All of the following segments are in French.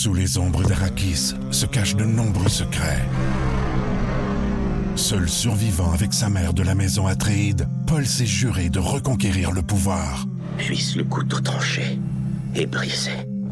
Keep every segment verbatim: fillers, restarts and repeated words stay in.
Sous les ombres d'Arrakis se cachent de nombreux secrets. Seul survivant avec sa mère de la maison Atréide, Paul s'est juré de reconquérir le pouvoir. Puisse le couteau tranché et brisé.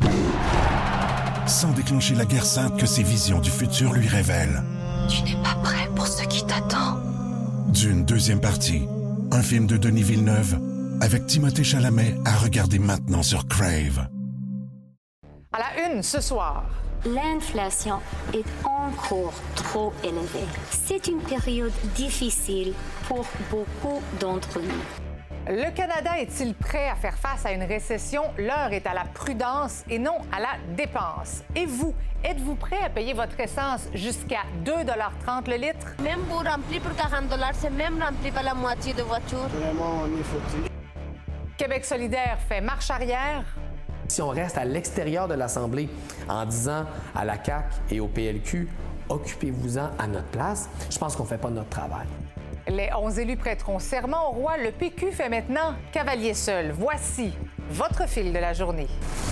Sans déclencher la guerre sainte que ses visions du futur lui révèlent. Tu n'es pas prêt pour ce qui t'attend. Dune, deuxième partie. Un film de Denis Villeneuve avec Timothée Chalamet à regarder maintenant sur Crave. À la une ce soir. L'inflation est encore trop élevée. C'est une période difficile pour beaucoup d'entre nous. Le Canada est-il prêt à faire face à une récession? L'heure est à la prudence et non à la dépense. Et vous, êtes-vous prêt à payer votre essence jusqu'à deux dollars trente le litre? Même pour remplir pour quarante dollars, c'est même rempli par la moitié de voiture. Vraiment, on est foutu. Québec solidaire fait marche arrière. Si on reste à l'extérieur de l'Assemblée en disant à la C A Q et au P L Q, occupez-vous-en à notre place, je pense qu'on ne fait pas notre travail. Les onze élus prêteront serment au roi. Le P Q fait maintenant cavalier seul. Voici votre fil de la journée.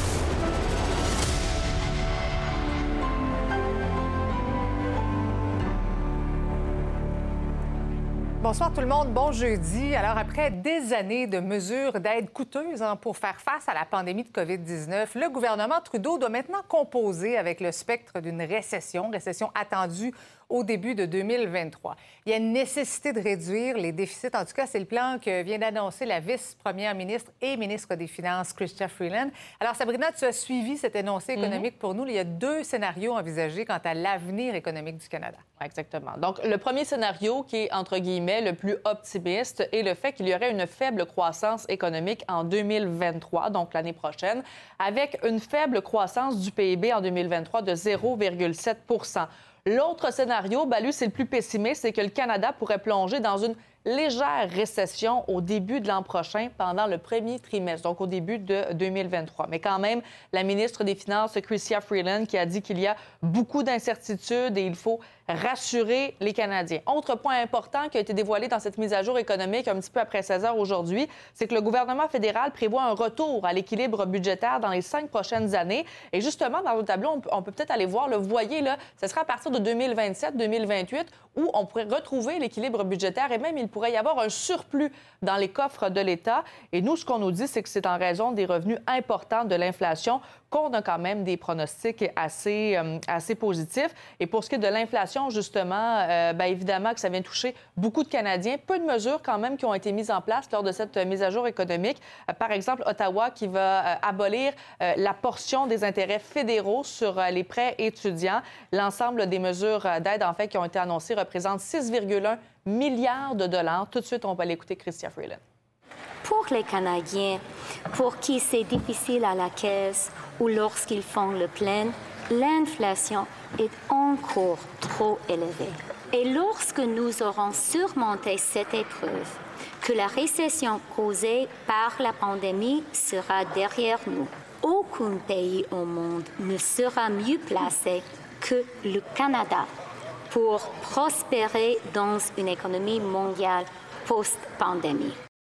Bonsoir tout le monde, bon jeudi. Alors après des années de mesures d'aide coûteuses hein, pour faire face à la pandémie de covid dix-neuf, le gouvernement Trudeau doit maintenant composer avec le spectre d'une récession, récession attendue au début de deux mille vingt-trois. Il y a une nécessité de réduire les déficits. En tout cas, c'est le plan que vient d'annoncer la vice-première ministre et ministre des Finances, Chrystia Freeland. Alors, Sabrina, tu as suivi cet énoncé économique mm-hmm. pour nous. Il y a deux scénarios envisagés quant à l'avenir économique du Canada. Exactement. Donc, le premier scénario, qui est, entre guillemets, le plus optimiste, est le fait qu'il y aurait une faible croissance économique en deux mille vingt-trois, donc l'année prochaine, avec une faible croissance du P I B en deux mille vingt-trois de zéro virgule sept pour cent. L'autre scénario, ben lui, c'est le plus pessimiste, c'est que le Canada pourrait plonger dans une légère récession au début de l'an prochain, pendant le premier trimestre, donc au début de deux mille vingt-trois. Mais quand même, la ministre des Finances, Chrystia Freeland, qui a dit qu'il y a beaucoup d'incertitudes et il faut rassurer les Canadiens. Autre point important qui a été dévoilé dans cette mise à jour économique un petit peu après seize heures aujourd'hui, c'est que le gouvernement fédéral prévoit un retour à l'équilibre budgétaire dans les cinq prochaines années. Et justement, dans le tableau, on peut, on peut peut-être aller voir, le vous voyez là, ce sera à partir de deux mille vingt-sept deux mille vingt-huit où on pourrait retrouver l'équilibre budgétaire et même il pourrait y avoir un surplus dans les coffres de l'État. Et nous, ce qu'on nous dit, c'est que c'est en raison des revenus importants de l'inflation qu'on a quand même des pronostics assez, euh, assez positifs. Et pour ce qui est de l'inflation, justement, euh, bien évidemment que ça vient toucher beaucoup de Canadiens. Peu de mesures quand même qui ont été mises en place lors de cette euh, mise à jour économique. Euh, par exemple, Ottawa qui va euh, abolir euh, la portion des intérêts fédéraux sur euh, les prêts étudiants. L'ensemble des mesures euh, d'aide, en fait, qui ont été annoncées représente six virgule un milliards de dollars. Tout de suite, on va aller écouter Chrystia Freeland. Pour les Canadiens, pour qui c'est difficile à la caisse ou lorsqu'ils font le plein, l'inflation est encore trop élevée. Et lorsque nous aurons surmonté cette épreuve, que la récession causée par la pandémie sera derrière nous, aucun pays au monde ne sera mieux placé que le Canada pour prospérer dans une économie mondiale post-pandémie.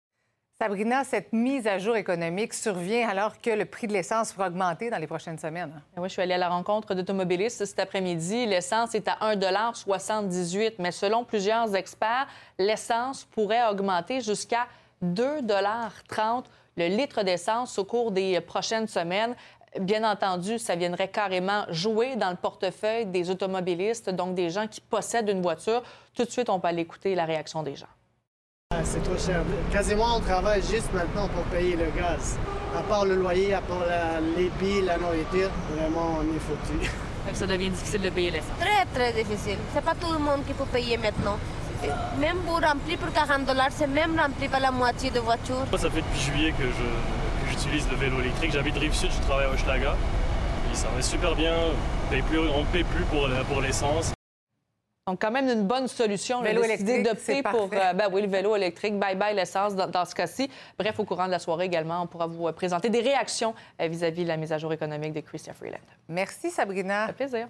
Sabrina, cette mise à jour économique survient alors que le prix de l'essence va augmenter dans les prochaines semaines. Oui, je suis allée à la rencontre d'automobilistes cet après-midi. L'essence est à un dollar soixante-dix-huit, mais selon plusieurs experts, l'essence pourrait augmenter jusqu'à deux dollars trente le litre d'essence au cours des prochaines semaines. Bien entendu, ça viendrait carrément jouer dans le portefeuille des automobilistes, donc des gens qui possèdent une voiture. Tout de suite, on peut aller écouter la réaction des gens. C'est trop cher. Quasiment, on travaille juste maintenant pour payer le gaz. À part le loyer, à part la, les billes, la nourriture, vraiment, on est foutu. Ça devient difficile de payer l'essence. Très, très difficile. C'est pas tout le monde qui peut payer maintenant. Même pour remplir pour quarante dollars, c'est même rempli par la moitié de voiture. Moi, ça fait depuis juillet que, je, que j'utilise le vélo électrique. J'habite Rive-Sud, je travaille à Hochelaga. Et ça va super bien. On ne paye plus pour, pour l'essence. Donc, quand même une bonne solution. Vélo là, décider d'opter pour euh, ben oui, le vélo électrique. Bye-bye l'essence dans, dans ce cas-ci. Bref, au courant de la soirée également, on pourra vous présenter des réactions vis-à-vis de la mise à jour économique de Chrystia Freeland. Merci, Sabrina. Ça fait plaisir.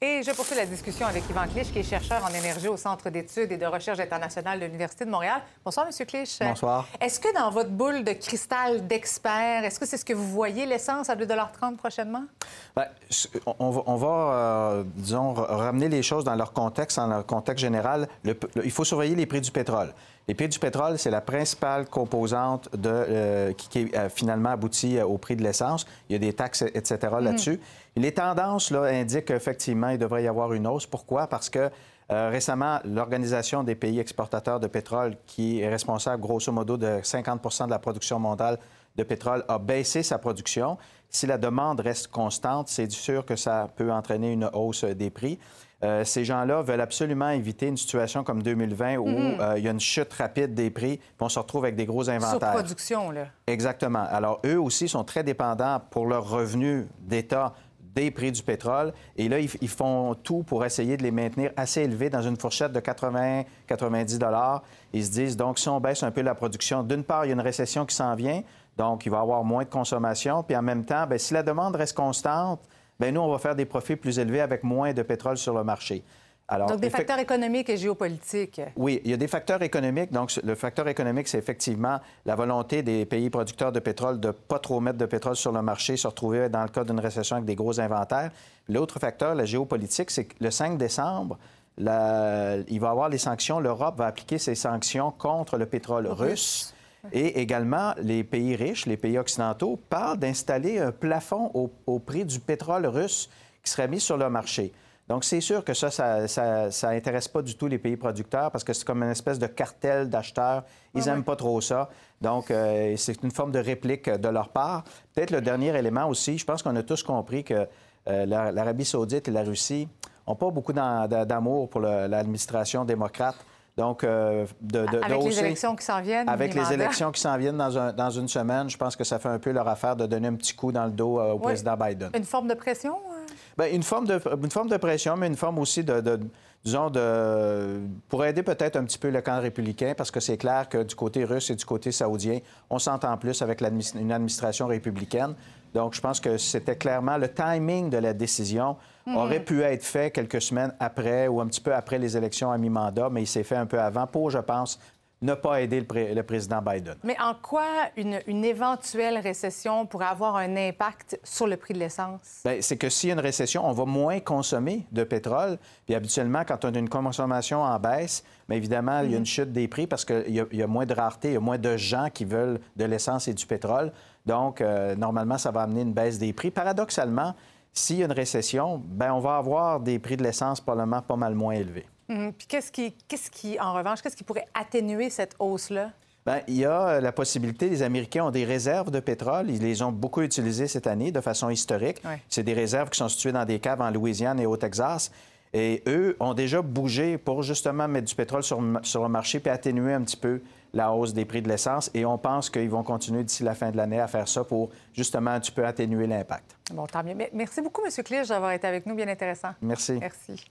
Et je poursuis la discussion avec Yvan Clich, qui est chercheur en énergie au Centre d'études et de recherche internationale de l'Université de Montréal. Bonsoir, M. Clich. Bonsoir. Est-ce que dans votre boule de cristal d'expert, est-ce que c'est ce que vous voyez, l'essence à deux dollars trente prochainement? Bien, on va, on va euh, disons, ramener les choses dans leur contexte, dans leur contexte général. Le, le, il faut surveiller les prix du pétrole. Les prix du pétrole, c'est la principale composante de, euh, qui, qui euh, finalement aboutit euh, au prix de l'essence. Il y a des taxes, et cetera Mm-hmm. là-dessus. Les tendances là, indiquent qu'effectivement, il devrait y avoir une hausse. Pourquoi? Parce que euh, récemment, l'Organisation des pays exportateurs de pétrole, qui est responsable grosso modo de cinquante pour cent de la production mondiale de pétrole, a baissé sa production. Si la demande reste constante, c'est sûr que ça peut entraîner une hausse des prix. Euh, ces gens-là veulent absolument éviter une situation comme deux mille vingt où mm-hmm. euh, il y a une chute rapide des prix, puis on se retrouve avec des gros inventaires. Surproduction, là. Exactement. Alors, eux aussi sont très dépendants pour leurs revenus d'État des prix du pétrole. Et là, ils, ils font tout pour essayer de les maintenir assez élevés dans une fourchette de quatre-vingts à quatre-vingt-dix dollars. Ils se disent, donc, si on baisse un peu la production, d'une part, il y a une récession qui s'en vient, donc il va y avoir moins de consommation. Puis en même temps, bien, si la demande reste constante, bien, nous, on va faire des profits plus élevés avec moins de pétrole sur le marché. Alors, donc, des effect... facteurs économiques et géopolitiques. Oui, il y a des facteurs économiques. Donc, le facteur économique, c'est effectivement la volonté des pays producteurs de pétrole de ne pas trop mettre de pétrole sur le marché, se retrouver dans le cas d'une récession avec des gros inventaires. L'autre facteur, la géopolitique, c'est que le cinq décembre, la... il va y avoir les sanctions. L'Europe va appliquer ses sanctions contre le pétrole russe. russe. Et également, les pays riches, les pays occidentaux, parlent d'installer un plafond au, au prix du pétrole russe qui serait mis sur le marché. Donc, c'est sûr que ça, ça ça intéresse pas du tout les pays producteurs parce que c'est comme une espèce de cartel d'acheteurs. Ils n'aiment ah ouais. pas trop ça. Donc, euh, c'est une forme de réplique de leur part. Peut-être le dernier élément aussi, je pense qu'on a tous compris que euh, l'Arabie saoudite et la Russie n'ont pas beaucoup d'amour pour l'administration démocrate. Donc, euh, de, de, avec de les élections qui s'en viennent. Avec les élections qui s'en viennent dans, un, dans une semaine, je pense que ça fait un peu leur affaire de donner un petit coup dans le dos euh, au oui. président Biden. Une forme de pression? Bien, une forme de, une forme de pression, mais une forme aussi de, de disons, de, pour aider peut-être un petit peu le camp républicain, parce que c'est clair que du côté russe et du côté saoudien, on s'entend plus avec l'admi- une administration républicaine. Donc, je pense que c'était clairement le timing de la décision mmh. aurait pu être fait quelques semaines après ou un petit peu après les élections à mi-mandat, mais il s'est fait un peu avant pour, je pense, ne pas aider le, pré- le président Biden. Mais en quoi une, une éventuelle récession pourrait avoir un impact sur le prix de l'essence? Bien, c'est que s'il y a une récession, on va moins consommer de pétrole. Puis habituellement, quand on a une consommation en baisse, bien évidemment, mm-hmm. il y a une chute des prix parce qu'il y, y a moins de rareté, il y a moins de gens qui veulent de l'essence et du pétrole. Donc, euh, normalement, ça va amener une baisse des prix. Paradoxalement, s'il y a une récession, bien, on va avoir des prix de l'essence probablement pas mal moins élevés. Mmh. Puis qu'est-ce qui, qu'est-ce qui, en revanche, qu'est-ce qui pourrait atténuer cette hausse-là? Bien, il y a la possibilité, les Américains ont des réserves de pétrole. Ils les ont beaucoup utilisées cette année de façon historique. Ouais. C'est des réserves qui sont situées dans des caves en Louisiane et au Texas. Et eux ont déjà bougé pour justement mettre du pétrole sur, sur le marché puis atténuer un petit peu la hausse des prix de l'essence. Et on pense qu'ils vont continuer d'ici la fin de l'année à faire ça pour justement un petit peu atténuer l'impact. Bon, tant mieux. Merci beaucoup, M. Clich, d'avoir été avec nous. Bien intéressant. Merci. Merci.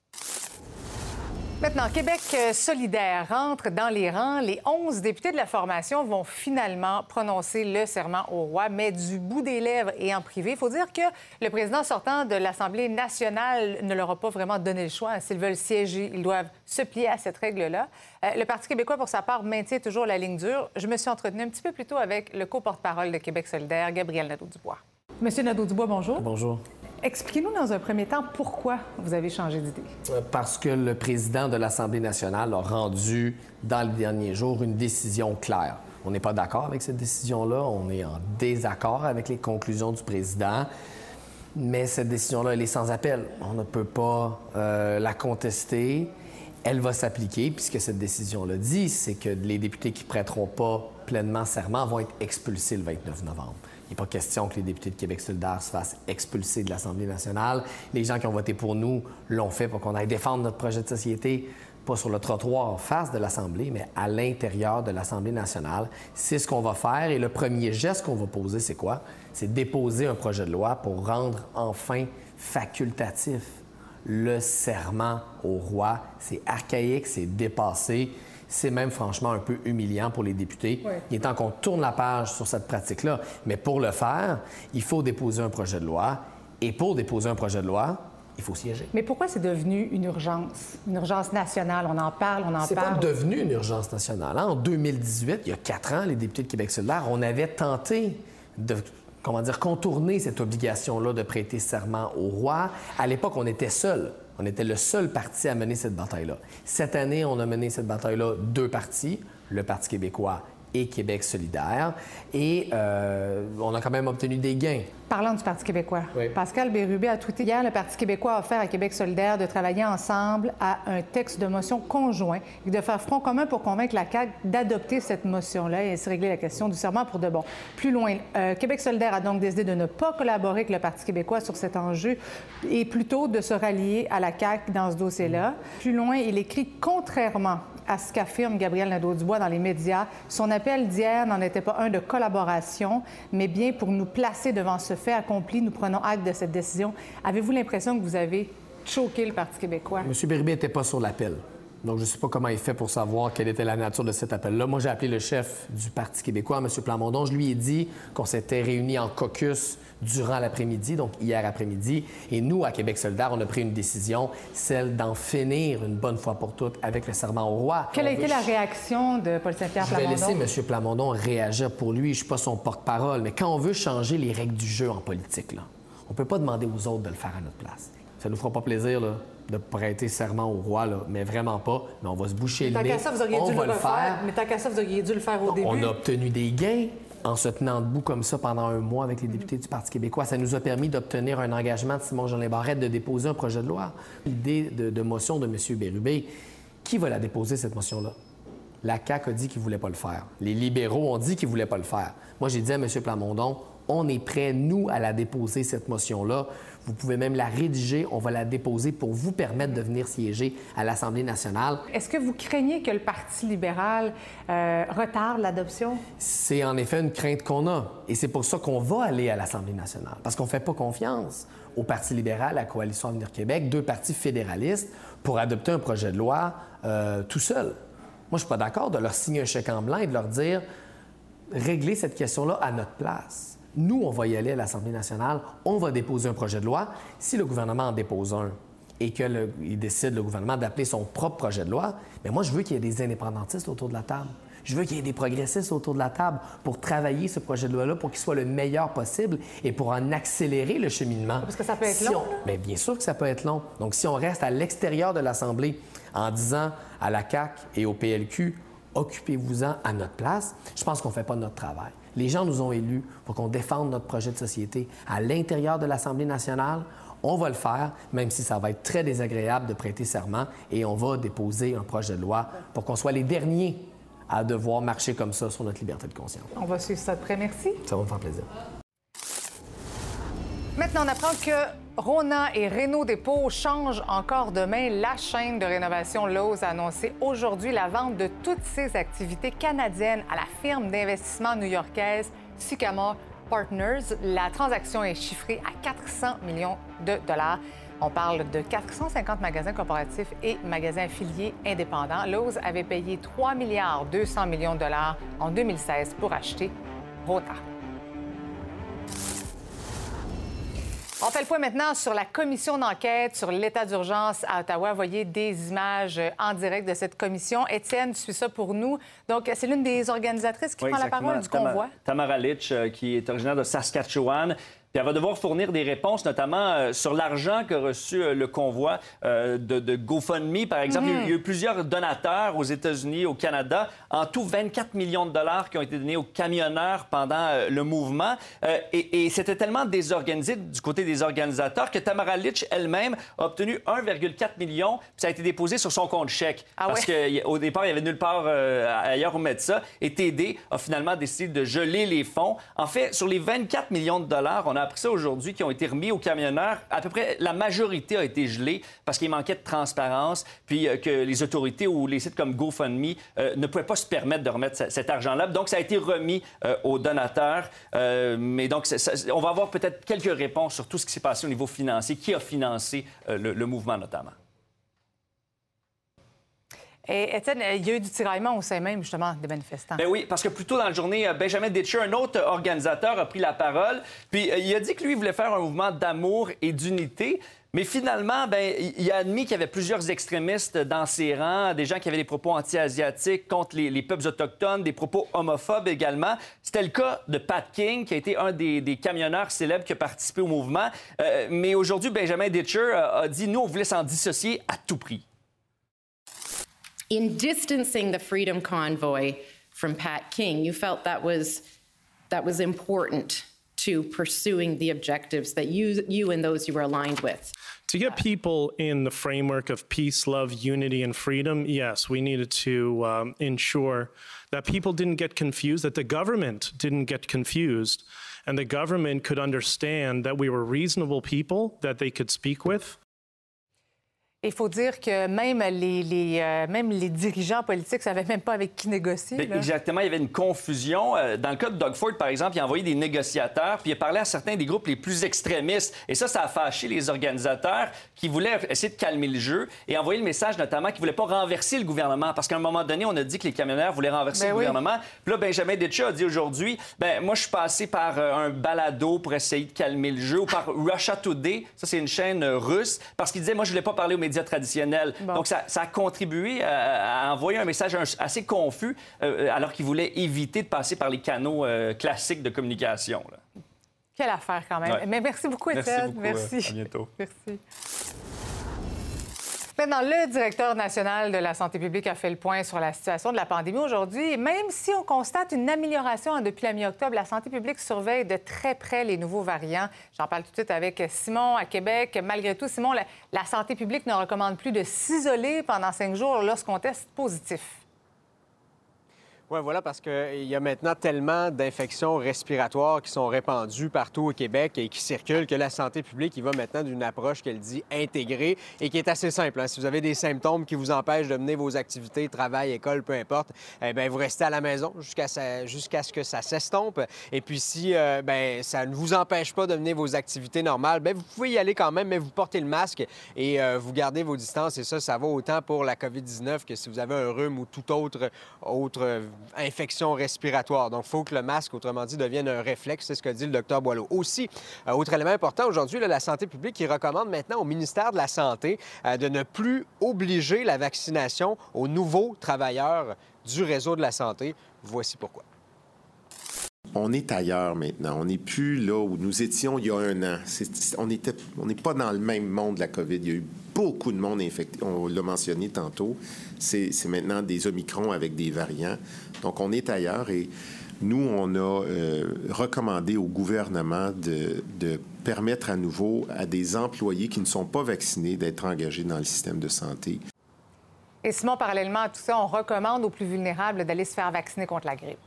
Maintenant, Québec solidaire rentre dans les rangs. Les onze députés de la formation vont finalement prononcer le serment au roi, mais du bout des lèvres et en privé. Il faut dire que le président sortant de l'Assemblée nationale ne leur a pas vraiment donné le choix. S'ils veulent siéger, ils doivent se plier à cette règle-là. Euh, le Parti québécois, pour sa part, maintient toujours la ligne dure. Je me suis entretenue un petit peu plus tôt avec le co-porte-parole de Québec solidaire, Gabriel Nadeau-Dubois. Monsieur Nadeau-Dubois, bonjour. Bonjour. Expliquez-nous dans un premier temps pourquoi vous avez changé d'idée. Parce que le président de l'Assemblée nationale a rendu, dans les derniers jours, une décision claire. On n'est pas d'accord avec cette décision-là, on est en désaccord avec les conclusions du président, mais cette décision-là, elle est sans appel. On ne peut pas euh, la contester. Elle va s'appliquer, puisque cette décision-là dit, c'est que les députés qui ne prêteront pas pleinement serment vont être expulsés le vingt-neuf novembre. Il n'est pas question que les députés de Québec solidaire se fassent expulser de l'Assemblée nationale. Les gens qui ont voté pour nous l'ont fait pour qu'on aille défendre notre projet de société, pas sur le trottoir en face de l'Assemblée, mais à l'intérieur de l'Assemblée nationale. C'est ce qu'on va faire. Et le premier geste qu'on va poser, c'est quoi? C'est déposer un projet de loi pour rendre enfin facultatif le serment au roi. C'est archaïque, c'est dépassé. C'est même franchement un peu humiliant pour les députés. Oui. Il est temps qu'on tourne la page sur cette pratique-là. Mais pour le faire, il faut déposer un projet de loi. Et pour déposer un projet de loi, il faut siéger. Mais pourquoi c'est devenu une urgence, une urgence nationale? On en parle, on en c'est parle. C'est pas devenu une urgence nationale. En deux mille dix-huit, il y a quatre ans, les députés de Québec solidaire, on avait tenté de, comment dire, contourner cette obligation-là de prêter serment au roi. À l'époque, on était seuls. On était le seul parti à mener cette bataille-là. Cette année, on a mené cette bataille-là deux partis, le Parti québécois et Québec solidaire. Et euh, on a quand même obtenu des gains. Parlant du Parti québécois, oui. Pascal Bérubé a tweeté hier, le Parti québécois a offert à Québec solidaire de travailler ensemble à un texte de motion conjoint et de faire front commun pour convaincre la C A Q d'adopter cette motion-là et ainsi régler la question du serment pour de bon. Plus loin, euh, Québec solidaire a donc décidé de ne pas collaborer avec le Parti québécois sur cet enjeu et plutôt de se rallier à la C A Q dans ce dossier-là. Plus loin, il écrit « Contrairement à ce qu'affirme Gabriel Nadeau-Dubois dans les médias, son appel d'hier n'en était pas un de collaboration, mais bien pour nous placer devant ce fait accompli, nous prenons acte de cette décision. » Avez-vous l'impression que vous avez choqué le Parti québécois? M. Bérubé n'était pas sur l'appel. Donc, je ne sais pas comment il fait pour savoir quelle était la nature de cet appel-là. Moi, j'ai appelé le chef du Parti québécois, M. Plamondon. Je lui ai dit qu'on s'était réunis en caucus durant l'après-midi, donc hier après-midi. Et nous, à Québec solidaire, on a pris une décision, celle d'en finir une bonne fois pour toutes avec le serment au roi. Quelle a été la réaction de Paul Saint-Pierre Plamondon? Je vais laisser M. Plamondon réagir pour lui. Je ne suis pas son porte-parole. Mais quand on veut changer les règles du jeu en politique, là, on ne peut pas demander aux autres de le faire à notre place. Ça ne nous fera pas plaisir, là, de prêter serment au roi, là, mais vraiment pas. Mais on va se boucher le nez, on va le faire. Mais tant qu'à ça, vous auriez dû le faire au début. On a obtenu des gains en se tenant debout comme ça pendant un mois avec les députés du Parti québécois. Ça nous a permis d'obtenir un engagement de Simon-Jean Barrette de déposer un projet de loi. L'idée de, de motion de M. Bérubé, qui va la déposer, cette motion-là? La C A Q a dit qu'il ne voulait pas le faire. Les libéraux ont dit qu'ils ne voulaient pas le faire. Moi, j'ai dit à M. Plamondon, on est prêts, nous, à la déposer, cette motion-là. Vous pouvez même la rédiger. On va la déposer pour vous permettre de venir siéger à l'Assemblée nationale. Est-ce que vous craignez que le Parti libéral euh, retarde l'adoption? C'est en effet une crainte qu'on a. Et c'est pour ça qu'on va aller à l'Assemblée nationale. Parce qu'on ne fait pas confiance au Parti libéral, à la Coalition Avenir Québec, deux partis fédéralistes, pour adopter un projet de loi euh, tout seul. Moi, je ne suis pas d'accord de leur signer un chèque en blanc et de leur dire « réglez cette question-là à notre place ». Nous, on va y aller à l'Assemblée nationale, on va déposer un projet de loi. Si le gouvernement en dépose un et qu'il décide, le gouvernement, d'appeler son propre projet de loi, bien moi, je veux qu'il y ait des indépendantistes autour de la table. Je veux qu'il y ait des progressistes autour de la table pour travailler ce projet de loi-là pour qu'il soit le meilleur possible et pour en accélérer le cheminement. Parce que ça peut être si long. On... Bien, bien sûr que ça peut être long. Donc, si on reste à l'extérieur de l'Assemblée en disant à la C A Q et au P L Q, occupez-vous-en à notre place, je pense qu'on ne fait pas notre travail. Les gens nous ont élus pour qu'on défende notre projet de société à l'intérieur de l'Assemblée nationale. On va le faire, même si ça va être très désagréable de prêter serment, et on va déposer un projet de loi pour qu'on soit les derniers à devoir marcher comme ça sur notre liberté de conscience. On va suivre ça de près. Merci. Ça va me faire plaisir. Maintenant, on apprend que Rona et Renault Dépôt changent encore demain. La chaîne de rénovation Lowe's a annoncé aujourd'hui la vente de toutes ses activités canadiennes à la firme d'investissement new-yorkaise Sycamore Partners. La transaction est chiffrée à quatre cents millions de dollars. On parle de quatre cent cinquante magasins corporatifs et magasins affiliés indépendants. Lowe's avait payé trois milliards deux cents millions de dollars en deux mille seize pour acheter Rona. On fait le point maintenant sur la commission d'enquête sur l'état d'urgence à Ottawa. Voyez des images en direct de cette commission. Étienne, tu suis ça pour nous. Donc, c'est l'une des organisatrices qui oui, prend exactement. la parole du Tam- convoi. Tamara Litch, euh, qui est originaire de Saskatchewan. Puis elle va devoir fournir des réponses, notamment euh, sur l'argent qu'a reçu euh, le convoi euh, de, de GoFundMe, par exemple. Mm-hmm. Il y a eu plusieurs donateurs aux États-Unis, au Canada. En tout, vingt-quatre millions de dollars qui ont été donnés aux camionneurs pendant euh, le mouvement. Euh, et, et c'était tellement désorganisé du côté des organisateurs que Tamara Litch elle-même a obtenu un virgule quatre million, puis ça a été déposé sur son compte chèque. Ah parce ouais? qu'au départ, il n'y avait nulle part euh, ailleurs où mettre ça. Et T D a finalement décidé de geler les fonds. En fait, sur les vingt-quatre millions de dollars, on a appris ça aujourd'hui, qui ont été remis aux camionneurs. À peu près la majorité a été gelée parce qu'il manquait de transparence, puis euh, que les autorités ou les sites comme GoFundMe euh, ne pouvaient pas se permettre de remettre c- cet argent-là. Donc, ça a été remis euh, aux donateurs. Euh, mais donc, c'est, ça, on va avoir peut-être quelques réponses sur tout ce qui s'est passé au niveau financier, qui a financé euh, le, le mouvement notamment. Et Étienne, il y a eu du tiraillement au sein même, justement, des manifestants. Ben oui, parce que plus tôt dans la journée, Benjamin Ditcher, un autre organisateur, a pris la parole. Puis il a dit que lui voulait faire un mouvement d'amour et d'unité. Mais finalement, ben, il a admis qu'il y avait plusieurs extrémistes dans ses rangs, des gens qui avaient des propos anti-asiatiques contre les, les peuples autochtones, des propos homophobes également. C'était le cas de Pat King, qui a été un des, des camionneurs célèbres qui a participé au mouvement. Euh, mais aujourd'hui, Benjamin Ditcher a, a dit « Nous, on voulait s'en dissocier à tout prix ». In distancing the Freedom Convoy from Pat King, you felt that was, that was important to pursuing the objectives that you, you and those you were aligned with. To get people in the framework of peace, love, unity, and freedom, yes, we needed to um, ensure that people didn't get confused, that the government didn't get confused, and the government could understand that we were reasonable people that they could speak with. Il faut dire que même les, les, euh, même les dirigeants politiques ne savaient même pas avec qui négocier. Là. Exactement, il y avait une confusion. Dans le cas de Doug Ford, par exemple, il a envoyé des négociateurs, puis il a parlé à certains des groupes les plus extrémistes. Et ça, ça a fâché les organisateurs qui voulaient essayer de calmer le jeu et envoyer le message notamment qu'ils ne voulaient pas renverser le gouvernement. Parce qu'à un moment donné, on a dit que les camionneurs voulaient renverser ben le oui. gouvernement. Puis là, Benjamin Ditcher a dit aujourd'hui, ben moi, je suis passé par un balado pour essayer de calmer le jeu, ou par Russia Today, ça, c'est une chaîne russe, parce qu'il disait, moi, je ne voulais pas parler aux médias traditionnels. Bon. Donc, ça, ça a contribué à, à envoyer un message assez confus, euh, alors qu'il voulait éviter de passer par les canaux euh, classiques de communication. Là. Quelle affaire, quand même. Ouais. Mais merci beaucoup, Étienne. Merci beaucoup. Merci. À bientôt. Merci. Maintenant, le directeur national de la santé publique a fait le point sur la situation de la pandémie aujourd'hui. Même si on constate une amélioration depuis la mi-octobre, la santé publique surveille de très près les nouveaux variants. J'en parle tout de suite avec Simon à Québec. Malgré tout, Simon, la, la santé publique ne recommande plus de s'isoler pendant cinq jours lorsqu'on teste positif. Oui, voilà, parce qu'il y a maintenant tellement d'infections respiratoires qui sont répandues partout au Québec et qui circulent que la santé publique, il va maintenant d'une approche qu'elle dit intégrée et qui est assez simple. Hein. Si vous avez des symptômes qui vous empêchent de mener vos activités, travail, école, peu importe, eh bien, vous restez à la maison jusqu'à sa... jusqu'à ce que ça s'estompe. Et puis si euh, bien, ça ne vous empêche pas de mener vos activités normales, bien, vous pouvez y aller quand même, mais vous portez le masque et euh, vous gardez vos distances. Et ça, ça va autant pour la covid dix-neuf que si vous avez un rhume ou tout autre, autre infection respiratoire. Donc, il faut que le masque, autrement dit, devienne un réflexe. C'est ce que dit le docteur Boileau. Aussi, euh, autre élément important aujourd'hui, là, la santé publique qui recommande maintenant au ministère de la Santé euh, de ne plus obliger la vaccination aux nouveaux travailleurs du réseau de la santé. Voici pourquoi. On est ailleurs maintenant. On n'est plus là où nous étions il y a un an. C'est, on était, on n'est pas dans le même monde de la COVID. Il y a eu beaucoup de monde infecté. On l'a mentionné tantôt. C'est, c'est maintenant des Omicrons avec des variants. Donc, on est ailleurs et nous, on a euh, recommandé au gouvernement de, de permettre à nouveau à des employés qui ne sont pas vaccinés d'être engagés dans le système de santé. Et Simon, parallèlement à tout ça, on recommande aux plus vulnérables d'aller se faire vacciner contre la grippe.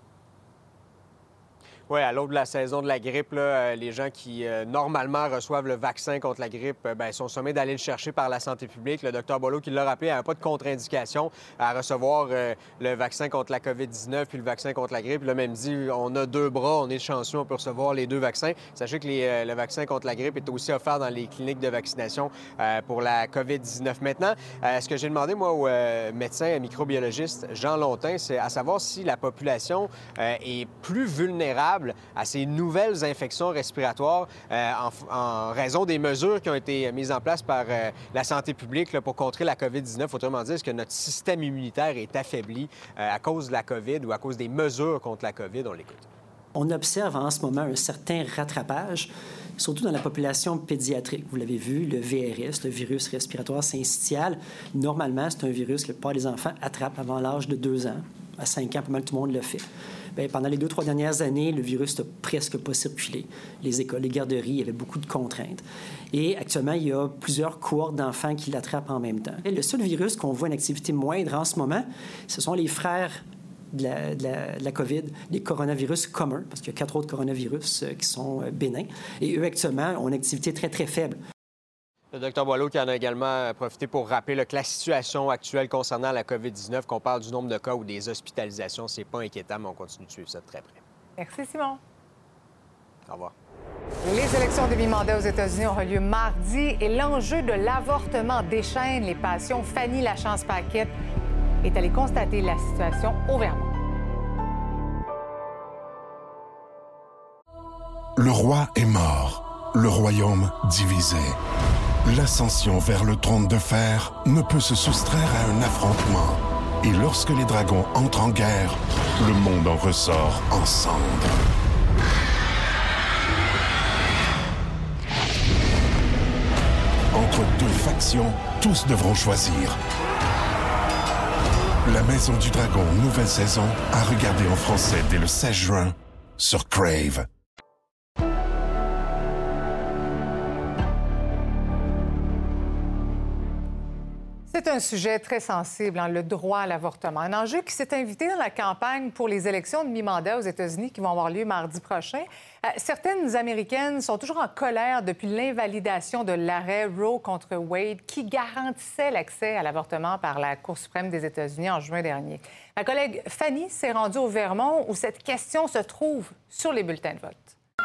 Oui, à l'aube de la saison de la grippe, là, les gens qui, euh, normalement, reçoivent le vaccin contre la grippe, euh, bien, sont sommés d'aller le chercher par la santé publique. Le docteur Boileau, qui l'a rappelé, n'a pas de contre-indication à recevoir euh, le vaccin contre la covid dix-neuf puis le vaccin contre la grippe. Il a même dit, on a deux bras, on est chanceux, on peut recevoir les deux vaccins. Sachez que les, euh, le vaccin contre la grippe est aussi offert dans les cliniques de vaccination euh, pour la covid dix-neuf. Maintenant, euh, ce que j'ai demandé, moi, au euh, médecin microbiologiste Jean Lontin, c'est à savoir si la population euh, est plus vulnérable à ces nouvelles infections respiratoires euh, en, en raison des mesures qui ont été mises en place par euh, la santé publique là, pour contrer la covid dix-neuf. Autrement dit, est-ce que notre système immunitaire est affaibli euh, à cause de la COVID ou à cause des mesures contre la COVID? On l'écoute. On observe en ce moment un certain rattrapage, surtout dans la population pédiatrique. Vous l'avez vu, le V R S, le virus respiratoire syncytial, normalement, c'est un virus que la plupart des enfants attrapent avant l'âge de deux ans. À cinq ans, pas mal tout le monde le fait. Bien, pendant les deux, trois dernières années, le virus n'a presque pas circulé. Les écoles, les garderies, il y avait beaucoup de contraintes. Et actuellement, il y a plusieurs cohortes d'enfants qui l'attrapent en même temps. Et le seul virus qu'on voit une activité moindre en ce moment, ce sont les frères de la, de la, de la COVID, les coronavirus communs, parce qu'il y a quatre autres coronavirus euh, qui sont euh, bénins. Et eux, actuellement, ont une activité très, très faible. Le docteur Boileau qui en a également profité pour rappeler là, que la situation actuelle concernant la covid dix-neuf, qu'on parle du nombre de cas ou des hospitalisations, c'est pas inquiétant, mais on continue de suivre ça de très près. Merci, Simon. Au revoir. Les élections de mi-mandat aux États-Unis auront lieu mardi et l'enjeu de l'avortement déchaîne les passions. Fanny Lachance-Paquette est allée constater la situation au Vermont. Le roi est mort, le royaume divisé. L'ascension vers le trône de fer ne peut se soustraire à un affrontement. Et lorsque les dragons entrent en guerre, le monde en ressort en cendres. Entre deux factions, tous devront choisir. La Maison du Dragon, nouvelle saison, à regarder en français dès le seize juin sur Crave. C'est un sujet très sensible, hein, le droit à l'avortement. Un enjeu qui s'est invité dans la campagne pour les élections de mi-mandat aux États-Unis qui vont avoir lieu mardi prochain. Euh, certaines Américaines sont toujours en colère depuis l'invalidation de l'arrêt Roe contre Wade qui garantissait l'accès à l'avortement par la Cour suprême des États-Unis en juin dernier. Ma collègue Fanny s'est rendue au Vermont où cette question se trouve sur les bulletins de vote.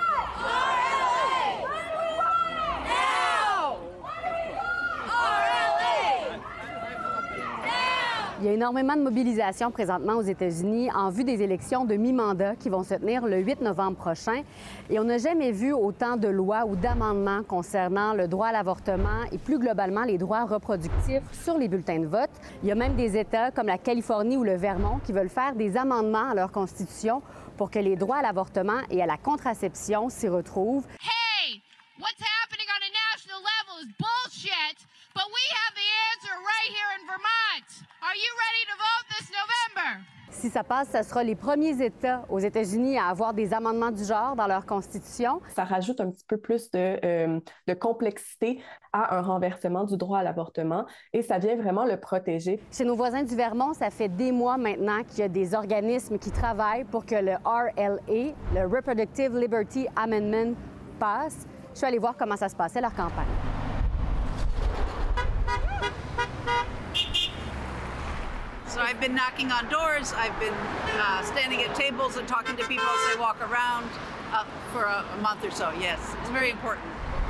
Il y a énormément de mobilisation présentement aux États-Unis en vue des élections de mi-mandat qui vont se tenir le huit novembre prochain. Et on n'a jamais vu autant de lois ou d'amendements concernant le droit à l'avortement et plus globalement les droits reproductifs sur les bulletins de vote. Il y a même des États comme la Californie ou le Vermont qui veulent faire des amendements à leur constitution pour que les droits à l'avortement et à la contraception s'y retrouvent. Hey, what's happening on a national level is bullshit, but we have the answer right here in Vermont. Are you ready to vote this November? Si ça passe, ce sera les premiers États aux États-Unis à avoir des amendements du genre dans leur constitution. Ça rajoute un petit peu plus de, euh, de complexité à un renversement du droit à l'avortement et ça vient vraiment le protéger. Chez nos voisins du Vermont, ça fait des mois maintenant qu'il y a des organismes qui travaillent pour que le R L A, le Reproductive Liberty Amendment, passe. Je suis allée voir comment ça se passait, leur campagne. So I've been knocking on doors, I've been uh, standing at tables and talking to people as they walk around uh, for a, a month or so, yes. It's very important.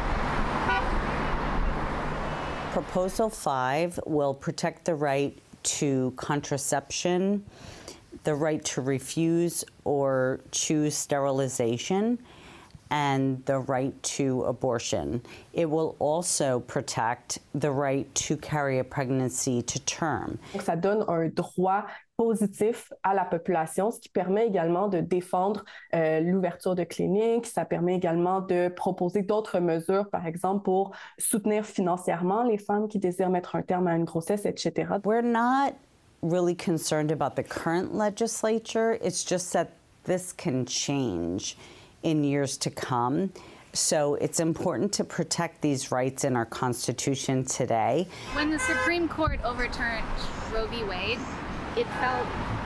Proposal five will protect the right to contraception, the right to refuse or choose sterilization, and the right to abortion. It will also protect the right to carry a pregnancy to term. Donc, ça donne un droit positif à la population, ce qui permet également de défendre euh, l'ouverture de cliniques. Ça permet également de proposer d'autres mesures, par exemple, pour soutenir financièrement les femmes qui désirent mettre un terme à une grossesse, et cetera. We're not really concerned about the current legislature. It's just that this can change in years to come. So it's important to protect these rights in our Constitution today. When the Supreme Court overturned Roe v. Wade, it felt,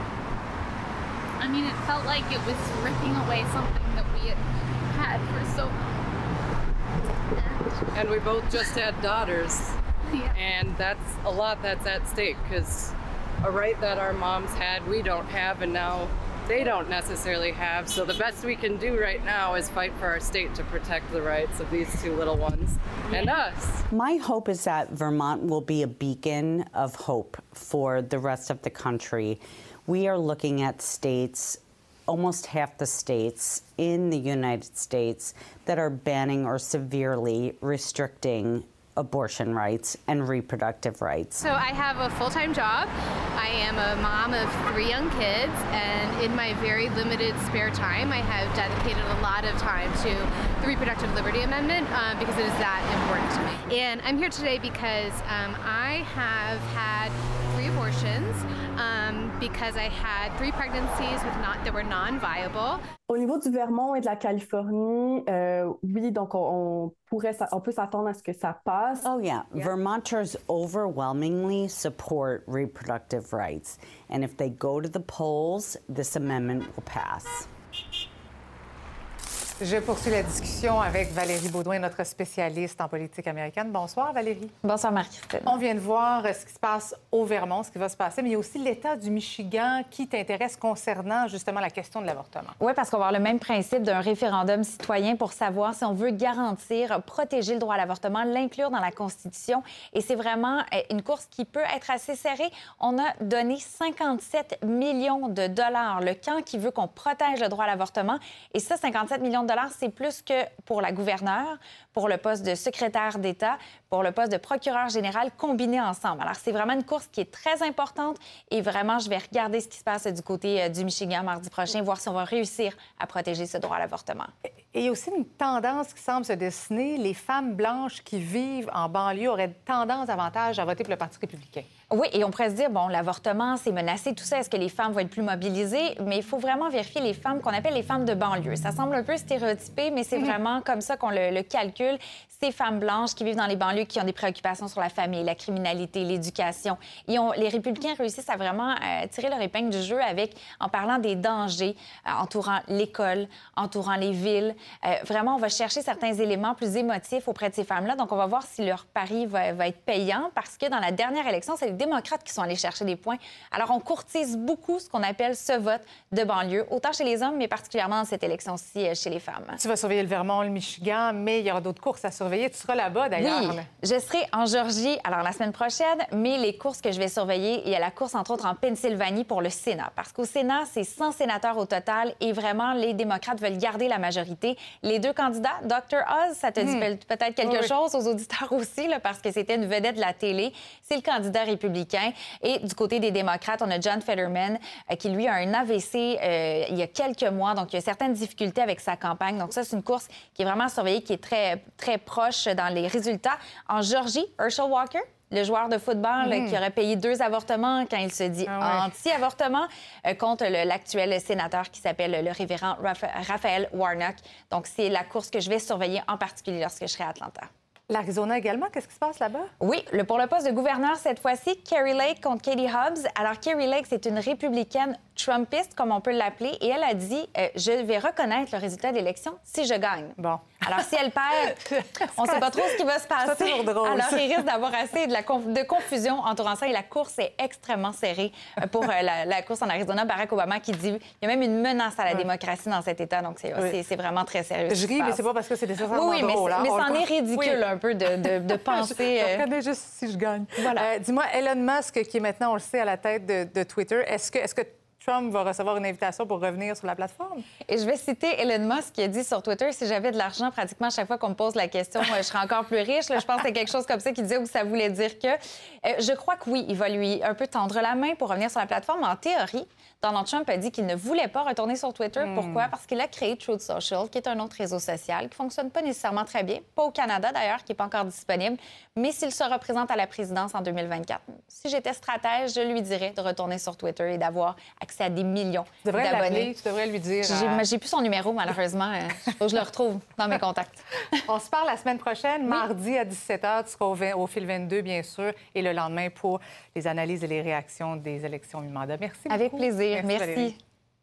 I mean, it felt like it was ripping away something that we had had for so long. And we both just had daughters. Yeah. And that's a lot that's at stake because a right that our moms had, we don't have, and now they don't necessarily have. So the best we can do right now is fight for our state to protect the rights of these two little ones and us. My hope is that Vermont will be a beacon of hope for the rest of the country. We are looking at states, almost half the states in the United States, that are banning or severely restricting abortion rights and reproductive rights. So I have a full-time job. I am a mom of three young kids, and in my very limited spare time, I have dedicated a lot of time to the Reproductive Liberty Amendment uh, because it is that important to me. And I'm here today because um, I have had three abortions um, because I had three pregnancies with not, that were non-viable. Au niveau du Vermont et de la Californie, euh, oui, donc on, on pourrait, on peut s'attendre à ce que ça passe. Oh yeah. yeah, Vermonters overwhelmingly support reproductive rights, and if they go to the polls, this amendment will pass. Je poursuis la discussion avec Valérie Beaudoin, notre spécialiste en politique américaine. Bonsoir, Valérie. Bonsoir, Marie-Christine. On vient de voir ce qui se passe au Vermont, ce qui va se passer, mais il y a aussi l'État du Michigan qui t'intéresse concernant justement la question de l'avortement. Oui, parce qu'on va avoir le même principe d'un référendum citoyen pour savoir si on veut garantir, protéger le droit à l'avortement, l'inclure dans la Constitution. Et c'est vraiment une course qui peut être assez serrée. On a donné cinquante-sept millions de dollars, le camp qui veut qu'on protège le droit à l'avortement. Et ça, cinquante-sept millions de dollars, c'est plus que pour la gouverneure, pour le poste de secrétaire d'État, pour le poste de procureur général combinés ensemble. Alors, c'est vraiment une course qui est très importante et vraiment, je vais regarder ce qui se passe du côté du Michigan mardi prochain, voir si on va réussir à protéger ce droit à l'avortement. Et il y a aussi une tendance qui semble se dessiner. Les femmes blanches qui vivent en banlieue auraient tendance davantage à voter pour le Parti républicain. Oui, et on pourrait se dire, bon, l'avortement, c'est menacé, tout ça. Est-ce que les femmes vont être plus mobilisées? Mais il faut vraiment vérifier les femmes qu'on appelle les femmes de banlieue. Ça semble un peu stéréotypé, mais c'est mm-hmm. vraiment comme ça qu'on le, le calcule. Ces femmes blanches qui vivent dans les banlieues, qui ont des préoccupations sur la famille, la criminalité, l'éducation. Et on, les républicains réussissent à vraiment euh, tirer leur épingle du jeu avec, en parlant des dangers euh, entourant l'école, entourant les villes. Euh, vraiment, on va chercher certains éléments plus émotifs auprès de ces femmes-là. Donc, on va voir si leur pari va, va être payant parce que dans la dernière élection, c'est les démocrates qui sont allés chercher des points. Alors, on courtise beaucoup ce qu'on appelle ce vote de banlieue, autant chez les hommes, mais particulièrement dans cette élection-ci chez les femmes. Tu vas surveiller le Vermont, le Michigan, mais il y aura d'autres courses à surveiller. Tu seras là-bas, d'ailleurs. Oui, je serai en Georgie, alors la semaine prochaine, mais les courses que je vais surveiller, il y a la course, entre autres, en Pennsylvanie pour le Sénat. Parce qu'au Sénat, c'est cent sénateurs au total et vraiment, les démocrates veulent garder la majorité. Les deux candidats, docteur Oz, ça te dit mmh. peut-être quelque oui. chose aux auditeurs aussi, là, parce que c'était une vedette de la télé. C'est le candidat républicain. Et du côté des démocrates, on a John Fetterman, euh, qui, lui, a un A V C euh, il y a quelques mois. Donc, il y a certaines difficultés avec sa campagne. Donc, ça, c'est une course qui est vraiment surveillée, qui est très, très proche dans les résultats. En Georgie, Herschel Walker, le joueur de football mmh. qui aurait payé deux avortements quand il se dit ah ouais. anti-avortement, euh, contre le, l'actuel sénateur qui s'appelle le révérend Raphaël Warnock. Donc, c'est la course que je vais surveiller en particulier lorsque je serai à Atlanta. L'Arizona également, qu'est-ce qui se passe là-bas? Oui, le, pour le poste de gouverneur cette fois-ci, Carrie Lake contre Katie Hobbs. Alors, Carrie Lake, c'est une républicaine trumpiste, comme on peut l'appeler, et elle a dit euh, « Je vais reconnaître le résultat de l'élection si je gagne. » Bon. Alors, si elle perd, on ne sait pas trop ce qui va se passer. C'est toujours drôle. Alors, il risque d'avoir assez de, la conf... de confusion entourant ça, et la course est extrêmement serrée pour euh, la, la course en Arizona. Barack Obama qui dit il y a même une menace à la ouais. démocratie dans cet État, donc c'est, oui. c'est, c'est vraiment très sérieux. Je ris, mais c'est pas parce que c'est nécessairement oui, oui, drôle. Mais, hein? mais c'en est ridicule oui. un peu de, de, de penser... je, je reconnais juste si je gagne. Voilà. Euh, dis-moi, Elon Musk, qui est maintenant, on le sait, à la tête de, de Twitter, est-ce que, est-ce que Trump va recevoir une invitation pour revenir sur la plateforme? Et je vais citer Elon Musk qui a dit sur Twitter, si j'avais de l'argent, pratiquement chaque fois qu'on me pose la question, je serais encore plus riche. Là, je pense que c'est quelque chose comme ça qui disait où ça voulait dire que... Euh, je crois que oui, il va lui un peu tendre la main pour revenir sur la plateforme. En théorie, Donald Trump a dit qu'il ne voulait pas retourner sur Twitter. Mm. Pourquoi? Parce qu'il a créé Truth Social, qui est un autre réseau social qui ne fonctionne pas nécessairement très bien, pas au Canada d'ailleurs, qui n'est pas encore disponible, mais s'il se représente à la présidence en deux mille vingt-quatre. Si j'étais stratège, je lui dirais de retourner sur Twitter et d'avoir accès à des millions tu devrais d'abonnés. Tu devrais lui dire... J'ai, à... j'ai plus son numéro, malheureusement. Il faut que je le retrouve dans mes contacts. On se parle la semaine prochaine, oui. mardi à dix-sept heures. Tu seras au, vingt, au fil vingt-deux, bien sûr, et le lendemain pour les analyses et les réactions des élections mi-mandat. Merci beaucoup. Avec plaisir. Merci. Merci.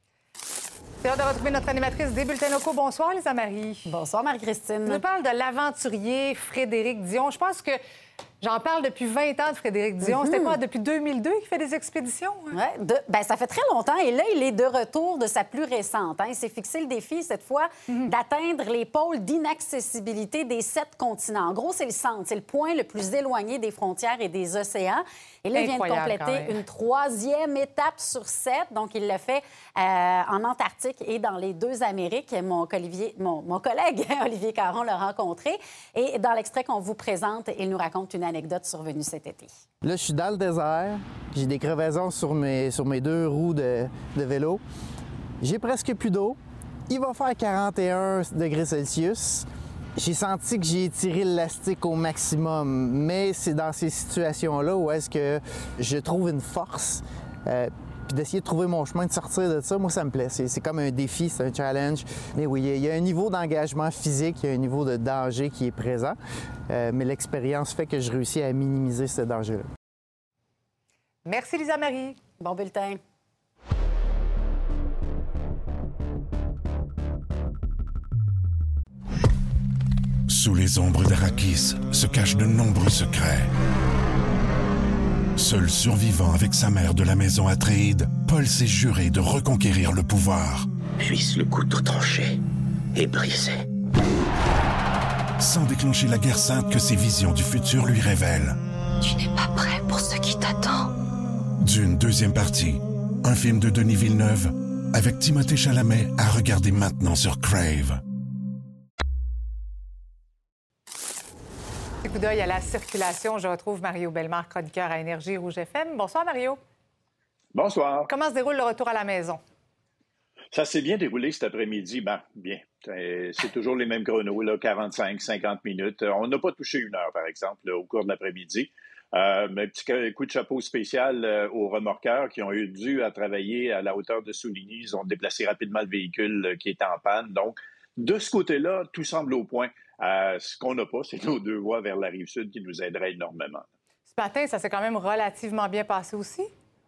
C'est l'heure de retrouver notre animatrice des bulletins locaux. Bonsoir, Lisa Marie. Bonsoir, Marie-Christine. Tu nous parles de l'aventurier Frédéric Dion. Je pense que j'en parle depuis vingt ans de Frédéric Dion. Mm-hmm. C'était pas depuis deux mille deux qu'il fait des expéditions? Hein? Oui, de... ben, ça fait très longtemps. Et là, il est de retour de sa plus récente. Hein. Il s'est fixé le défi, cette fois, mm-hmm. d'atteindre les pôles d'inaccessibilité des sept continents. En gros, c'est le centre. C'est le point le plus éloigné des frontières et des océans. Et là, il vient de compléter une troisième étape sur sept. Donc, il l'a fait euh, en Antarctique et dans les deux Amériques. Mon, Olivier, mon, mon collègue Olivier Caron l'a rencontré. Et dans l'extrait qu'on vous présente, il nous raconte une anecdote survenue cet été. Là, je suis dans le désert. J'ai des crevaisons sur mes, sur mes deux roues de, de vélo. J'ai presque plus d'eau. Il va faire quarante et un degrés Celsius. J'ai senti que j'ai étiré l'élastique au maximum, mais c'est dans ces situations-là où est-ce que je trouve une force, euh, puis d'essayer de trouver mon chemin, de sortir de ça, moi, ça me plaît. C'est, c'est comme un défi, c'est un challenge. Mais oui, il y a un niveau d'engagement physique, il y a un niveau de danger qui est présent, euh, mais l'expérience fait que je réussis à minimiser ce danger-là. Merci, Lisa Marie. Bon bulletin. Sous les ombres d'Arrakis se cachent de nombreux secrets. Seul survivant avec sa mère de la maison Atréide, Paul s'est juré de reconquérir le pouvoir. Puisse le couteau tranché et brisé. Sans déclencher la guerre sainte que ses visions du futur lui révèlent. Tu n'es pas prêt pour ce qui t'attend. D'une deuxième partie, un film de Denis Villeneuve avec Timothée Chalamet à regarder maintenant sur Crave. Petit coup d'œil à la circulation. Je retrouve Mario Bellemare, chroniqueur à Énergie Rouge F M. Bonsoir, Mario. Bonsoir. Comment se déroule le retour à la maison? Ça s'est bien déroulé cet après-midi. Ben, bien. C'est toujours les mêmes chronos, là, quarante-cinq, cinquante minutes. On n'a pas touché une heure, par exemple, au cours de l'après-midi. Euh, mais petit coup de chapeau spécial euh, aux remorqueurs qui ont eu dû à travailler à la hauteur de Souligny. Ils ont déplacé rapidement le véhicule euh, qui était en panne. Donc, de ce côté-là, tout semble au point. Euh, ce qu'on n'a pas, c'est nos deux voies vers la Rive-Sud qui nous aideraient énormément. Ce matin, ça s'est quand même relativement bien passé aussi?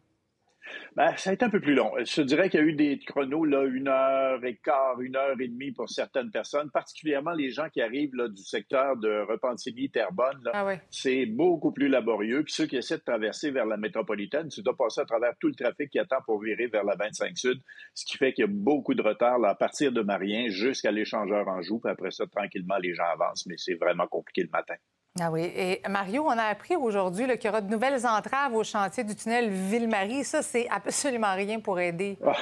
Ben, ça a été un peu plus long. Je te dirais qu'il y a eu des chronos, là, une heure et quart, une heure et demie pour certaines personnes, particulièrement les gens qui arrivent là, du secteur de Repentigny-Terrebonne. Là, ah oui. C'est beaucoup plus laborieux. Puis ceux qui essaient de traverser vers la métropolitaine, tu dois passer à travers tout le trafic qui attend pour virer vers la vingt-cinq Sud, ce qui fait qu'il y a beaucoup de retard là, à partir de Marien jusqu'à l'échangeur Anjou. Puis après ça, tranquillement, les gens avancent, mais c'est vraiment compliqué le matin. Ah oui. Et Mario, on a appris aujourd'hui là, qu'il y aura de nouvelles entraves au chantier du tunnel Ville-Marie. Ça, c'est absolument rien pour aider. Ah.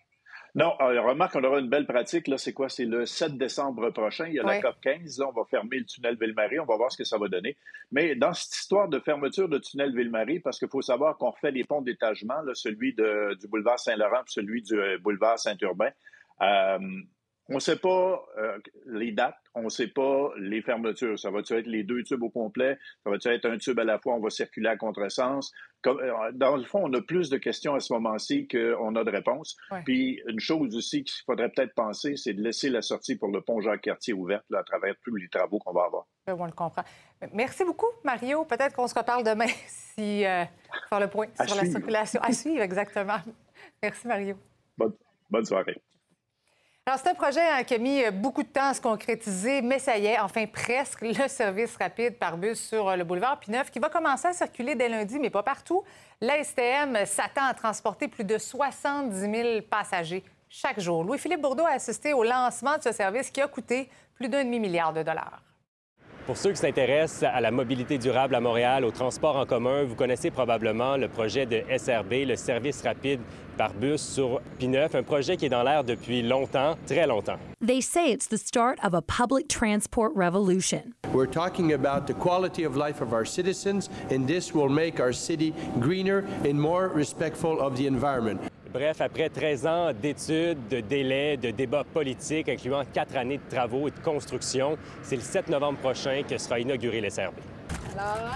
Non, alors, remarque, on aura une belle pratique. Là, c'est quoi? C'est le sept décembre prochain. Il y a oui. la COP quinze. Là, on va fermer le tunnel Ville-Marie. On va voir ce que ça va donner. Mais dans cette histoire de fermeture de tunnel Ville-Marie, parce qu'il faut savoir qu'on refait les ponts d'étagement, là, celui de, du boulevard Saint-Laurent et celui du euh, boulevard Saint-Urbain, euh, on ne sait pas euh, les dates, on ne sait pas les fermetures. Ça va-tu être les deux tubes au complet? Ça va-tu être un tube à la fois? On va circuler à contresens? Comme, euh, dans le fond, on a plus de questions à ce moment-ci qu'on a de réponses. Ouais. Puis une chose aussi qu'il faudrait peut-être penser, c'est de laisser la sortie pour le pont Jacques-Cartier ouverte là, à travers tous les travaux qu'on va avoir. On le comprend. Merci beaucoup, Mario. Peut-être qu'on se reparle demain si euh, faire le point à sur suivre. La circulation. À suivre, exactement. Merci, Mario. Bonne, bonne soirée. Alors, c'est un projet hein, qui a mis beaucoup de temps à se concrétiser, mais ça y est, enfin presque, le service rapide par bus sur le boulevard Pinneuf qui va commencer à circuler dès lundi, mais pas partout. La S T M s'attend à transporter plus de soixante-dix mille passagers chaque jour. Louis-Philippe Bourdeau a assisté au lancement de ce service qui a coûté plus d'un demi-milliard de dollars. Pour ceux qui s'intéressent à la mobilité durable à Montréal, au transport en commun, vous connaissez probablement le projet de S R B, le service rapide par bus sur Pinneuf, un projet qui est dans l'air depuis longtemps, très longtemps. They say it's the start of a public transport revolution. We're talking about the quality of life of our citizens, and this will make our city greener and more respectful of the environment. Bref, après treize ans d'études, de délais, de débats politiques, incluant quatre années de travaux et de construction, c'est le sept novembre prochain que sera inauguré l'S R B. Alors,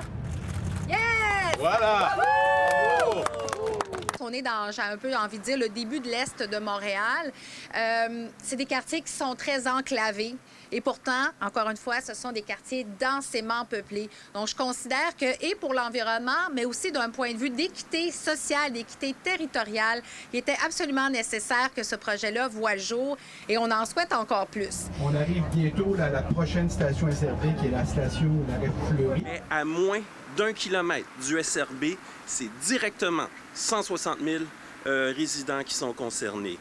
yes! Voilà! Bravo! On est dans, j'ai un peu envie de dire, le début de l'Est de Montréal. Euh, c'est des quartiers qui sont très enclavés. Et pourtant, encore une fois, ce sont des quartiers densément peuplés. Donc, je considère que, et pour l'environnement, mais aussi d'un point de vue d'équité sociale, d'équité territoriale, il était absolument nécessaire que ce projet-là voie le jour et on en souhaite encore plus. On arrive bientôt à la prochaine station S R B, qui est la station d'arrêt Fleury. À moins d'un kilomètre du S R B, c'est directement cent soixante mille euh, résidents qui sont concernés.